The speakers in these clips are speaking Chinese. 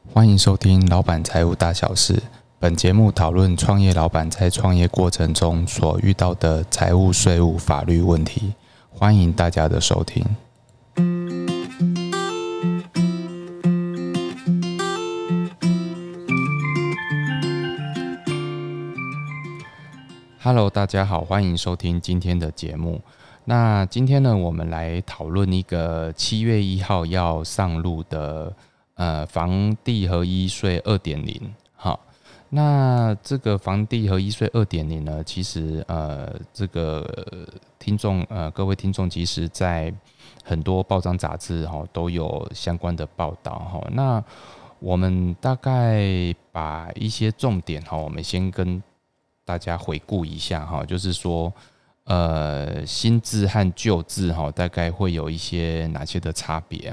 欢迎收听老板财务大小事。本节目讨论创业老板在创业过程中所遇到的财务、税务、法律问题。欢迎大家的收听。Hello， 大家好，欢迎收听今天的节目。那今天呢，我们来讨论一个7月1号要上路的房地合一税 2.0。好，那这个房地合一税 2.0 呢，其实这个听众各位听众，其实在很多报章杂志都有相关的报道。那我们大概把一些重点我们先跟大家回顾一下就是说新制和旧制大概会有一些哪些的差别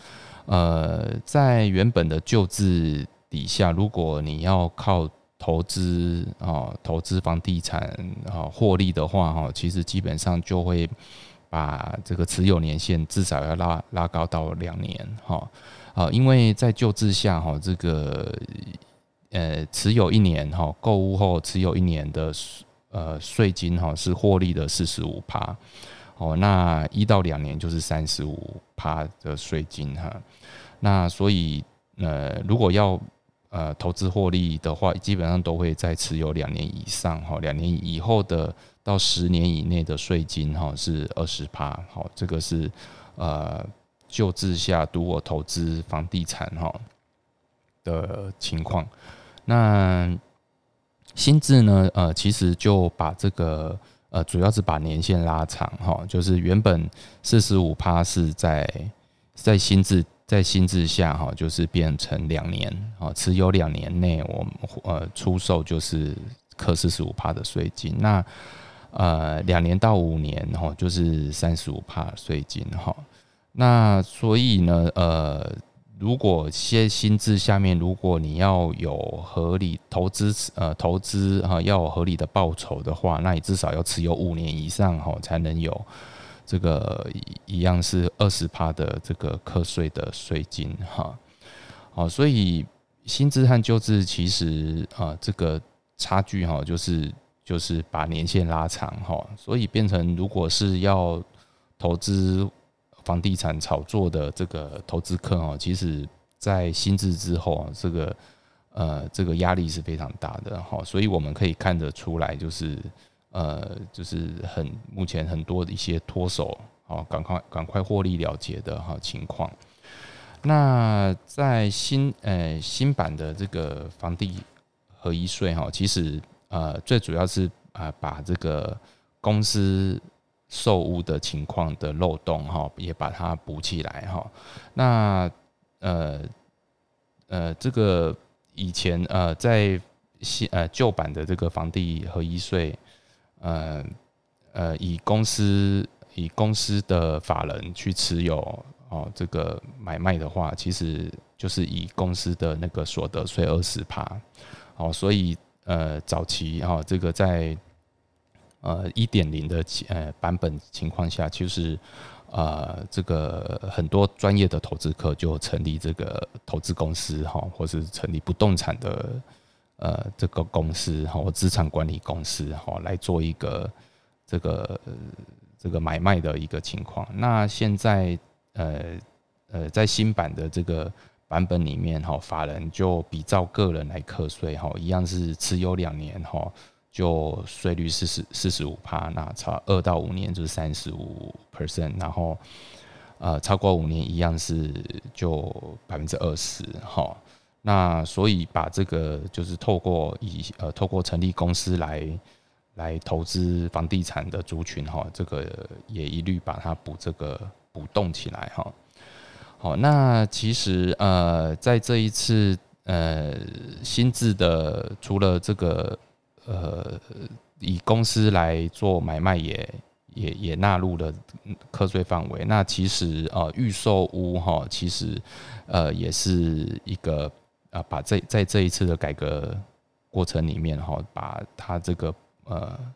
在原本的旧制底下，如果你要靠投资房地产获利的话其实基本上就会把这个持有年限至少要拉高到2年因为在旧制下这个持有1年购物后持有1年的税金是获利的 45%，那1到2年就是 35% 的税金那所以如果要投资获利的话，基本上都会在持有2年以上2年以后的到10年以内的税金是 20%， 这个是旧制下如果投资房地产的情况。那新制呢其实就把这个主要是把年限拉长就是原本 45% 是在新制下就是变成2年持有2年内我们出售就是课 45% 的税金。那2年到5年就是 35% 税金那所以呢如果新制下面，如果你要有合理投资要有合理的报酬的话，那你至少要持有5年以上才能有这个一样是 20% 的这个课税的税金所以新制和旧制其实这个差距就是把年限拉长所以变成如果是要投资房地产炒作的这个投资客其实在新制之后这个压力是非常大的所以我们可以看得出来就是目前很多的一些脱手赶快获利了结的情况。那在新版的这个房地合一税其实最主要是把这个公司售屋的情况的漏洞也把它补起来那这个以前在旧版的这个房地合一税以公司的法人去持有这个买卖的话，其实就是以公司的那个所得税 20%所以早期这个在1.0 的版本情况下，就是这个很多专业的投资客就成立这个投资公司或是成立不动产的这个公司或资产管理公司来做一个这个买卖的一个情况。那现在在新版的这个版本里面法人就比照个人来课税一样是持有2年就税率是 45%， 那2到5年就是 35%， 然后超过5年一样是就 20%那所以把这个就是透过成立公司来投资房地产的族群这个也一律把它补动起来那其实在这一次新制的除了这个以公司来做买卖也纳入了课税范围。那其实预售屋其实也是一个把在这一次的改革过程里面把它这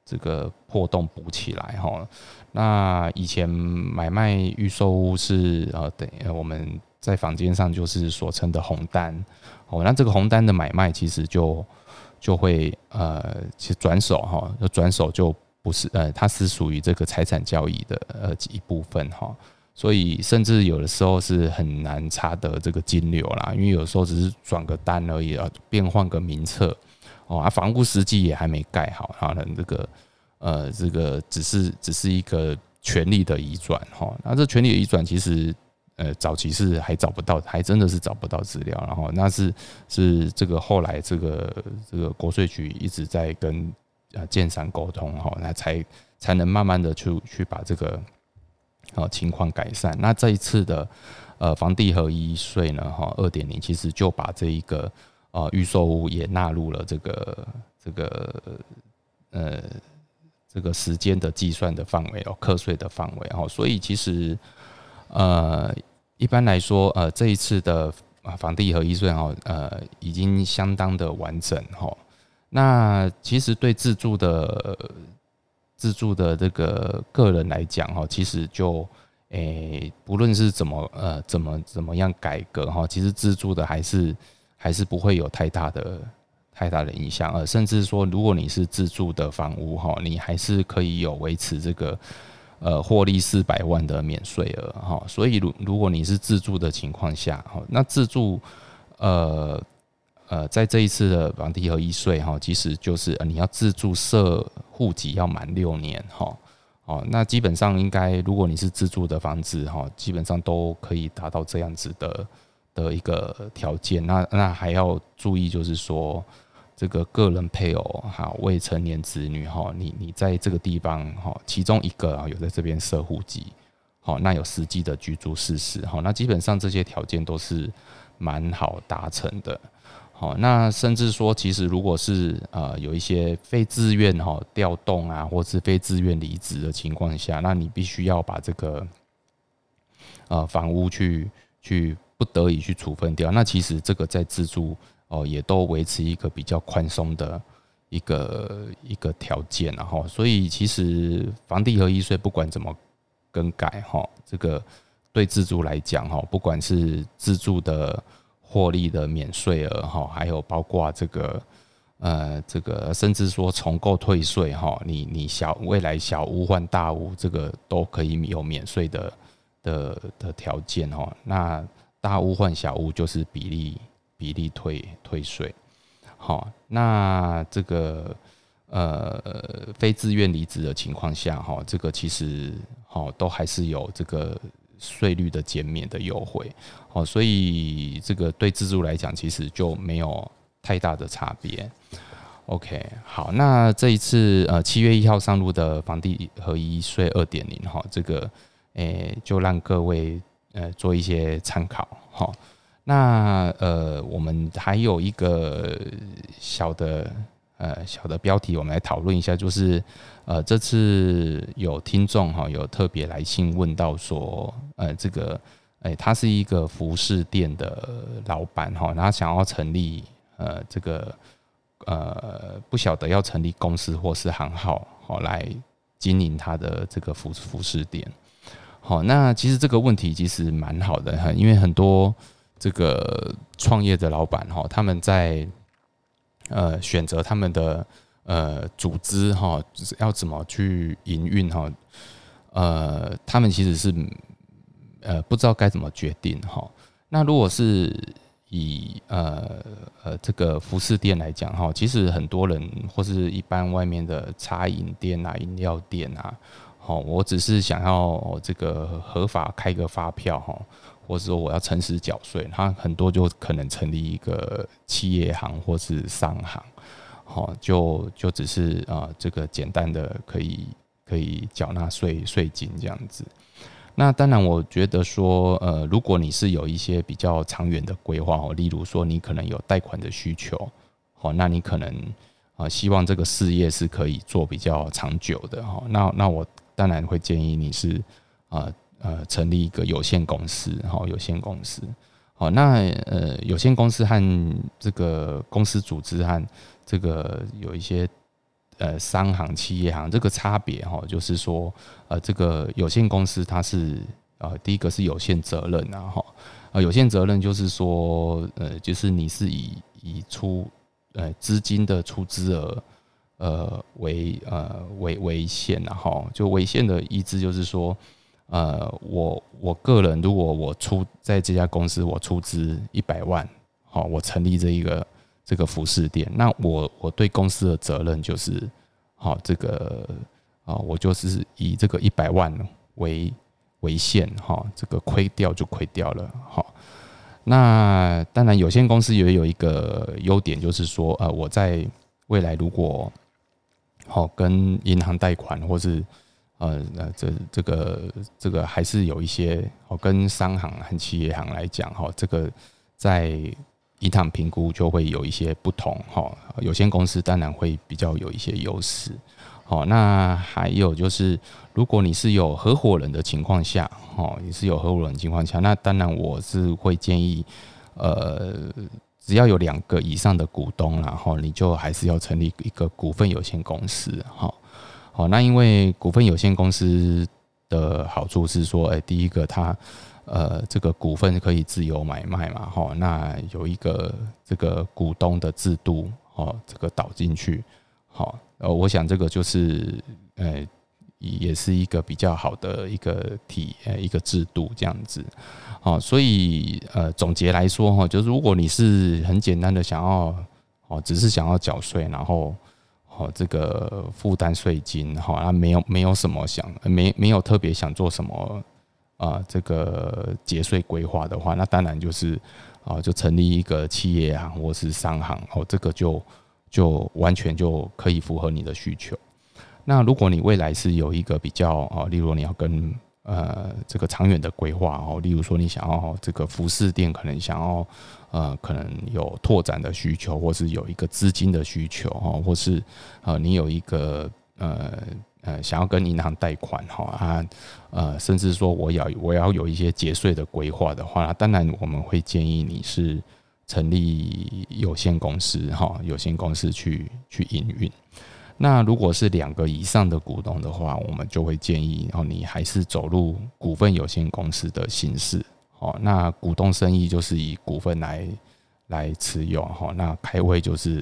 这个破洞补起来哈。那以前买卖预售屋是我们在坊间上就是所称的红单哦。那这个红单的买卖其实就会其实转手哈，转手就不是它是属于这个财产交易的一部分哈。所以甚至有的时候是很难查得这个金流啦，因为有时候只是转个单而已啊，变换个名册哦，房屋实际也还没盖好，它的这个只是一个权利的移转哈。那这权利的移转其实早期是还找不到，还真的是找不到资料，然后那是这个后来这个国税局一直在跟建商沟通哈，那才能慢慢的去把这个情况改善。那这一次的房地合一税呢2.0其实就把这一个预售屋也纳入了这个时间的计算的范围课税的范围所以其实一般来说这一次的房地合一税已经相当的完整那其实对自住的这个个人来讲其实就不论是怎么样改革其实自住的还是不会有太大的影响甚至说如果你是自住的房屋你还是可以有维持这个获利400万的免税额所以如果你是自住的情况下那自住在这一次的房地合一税其实就是你要自住设户籍要满6年那基本上应该如果你是自住的房子基本上都可以达到这样子的一个条件。那还要注意就是说这个个人配偶未成年子女你在这个地方其中一个有在这边设户籍那有实际的居住事实那基本上这些条件都是蛮好达成的。那甚至说其实如果是有一些非自愿调动或是非自愿离职的情况下，那你必须要把这个房屋去不得已去处分掉，那其实这个在自住也都维持一个比较宽松的一个条件所以其实房地合一税不管怎么更改这个对自住来讲不管是自住的获利的免税额还有包括这个甚至说重购退税你未来小屋换大屋这个都可以有免税的条件那大屋换小屋就是比例退税那这个非自愿离职的情况下这个其实都还是有这个税率的减免的优惠所以这个对自住来讲其实就没有太大的差别。OK， 好，那这一次7月1号上路的房地合一税2.0这个就让各位做一些参考那我们还有一个小的标题，我们来讨论一下，就是这次有听众有特别来信问到说，这个他是一个服饰店的老板他想要成立这个不晓得要成立公司或是行号来经营他的这个服饰店。那其实这个问题其实蛮好的，因为很多这个创业的老板他们在选择他们的组织要怎么去营运他们其实是不知道该怎么决定那如果是以这个服饰店来讲其实很多人或是一般外面的茶饮店饮料店我只是想要这个合法开个发票或者说我要诚实缴税，他很多就可能成立一个企业行或是商行就只是这个简单的可以缴纳税金这样子。那当然我觉得说如果你是有一些比较长远的规划例如说你可能有贷款的需求那你可能希望这个事业是可以做比较长久的那我当然会建议你是成立一个有限公司那有限公司和这个公司组织和这个有一些商行、企业行这个差别就是说这个有限公司它是第一个是有限责任有限责任就是说就是你是以出资金的出资额为限就为限的意思就是说我个人如果我在这家公司我出资100万我成立这个服饰店，那我对公司的责任就是这个我就是以这个100万为限这个亏掉就亏掉了那当然有限公司也有一个优点，就是说我在未来如果跟银行贷款或是这个还是有一些跟商行和企业行来讲这个在银行评估就会有一些不同有限公司当然会比较有一些优势那还有就是如果你是有合伙人的情况下那当然我是会建议只要有2个以上的股东你就还是要成立一个股份有限公司那因为股份有限公司的好处是说第一个它这个股份可以自由买卖嘛那有一个这个股东的制度这个导进去我想这个就是也是一个比较好的一个制度这样子所以总结来说就是如果你是很简单的想要只是想要缴税，然后这个负担税金那没有什么没有特别想做什么这个节税规划的话，那当然就是就成立一个企业行或是商行这个就完全就可以符合你的需求。那如果你未来是有一个比较例如你要跟这个长远的规划例如说你想要这个服饰店可能想要可能有拓展的需求，或是有一个资金的需求或是你有一个想要跟银行贷款甚至说我要有一些节税的规划的话，当然我们会建议你是成立有限公司去营运。那如果是2个以上的股东的话，我们就会建议你还是走入股份有限公司的形式那股东生意就是以股份来持有那开会就是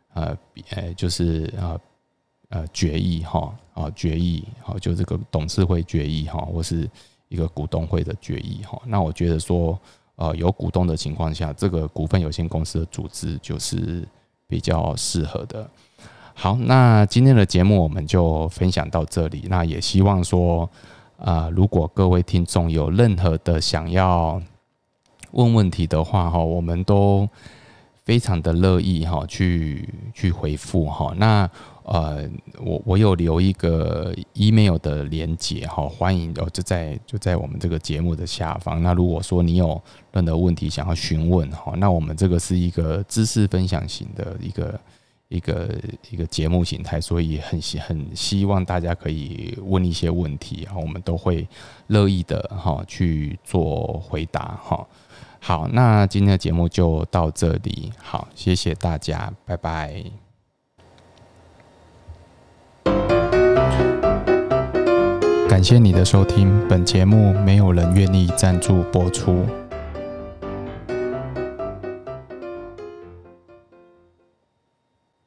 决议决议就这个董事会决议或是一个股东会的决议那我觉得说有股东的情况下，这个股份有限公司的组织就是比较适合的。好，那今天的节目我们就分享到这里。那也希望说如果各位听众有任何的想要问问题的话我们都非常的乐意去回复那我有留一个 email 的连结欢迎就在我们这个节目的下方。那如果说你有任何问题想要询问那我们这个是一个知识分享型的一个节目形态，所以很希望大家可以问一些问题我们都会乐意的去做回答好，那今天的节目就到这里。好，谢谢大家，拜拜。感谢你的收听，本节目没有人愿意赞助播出。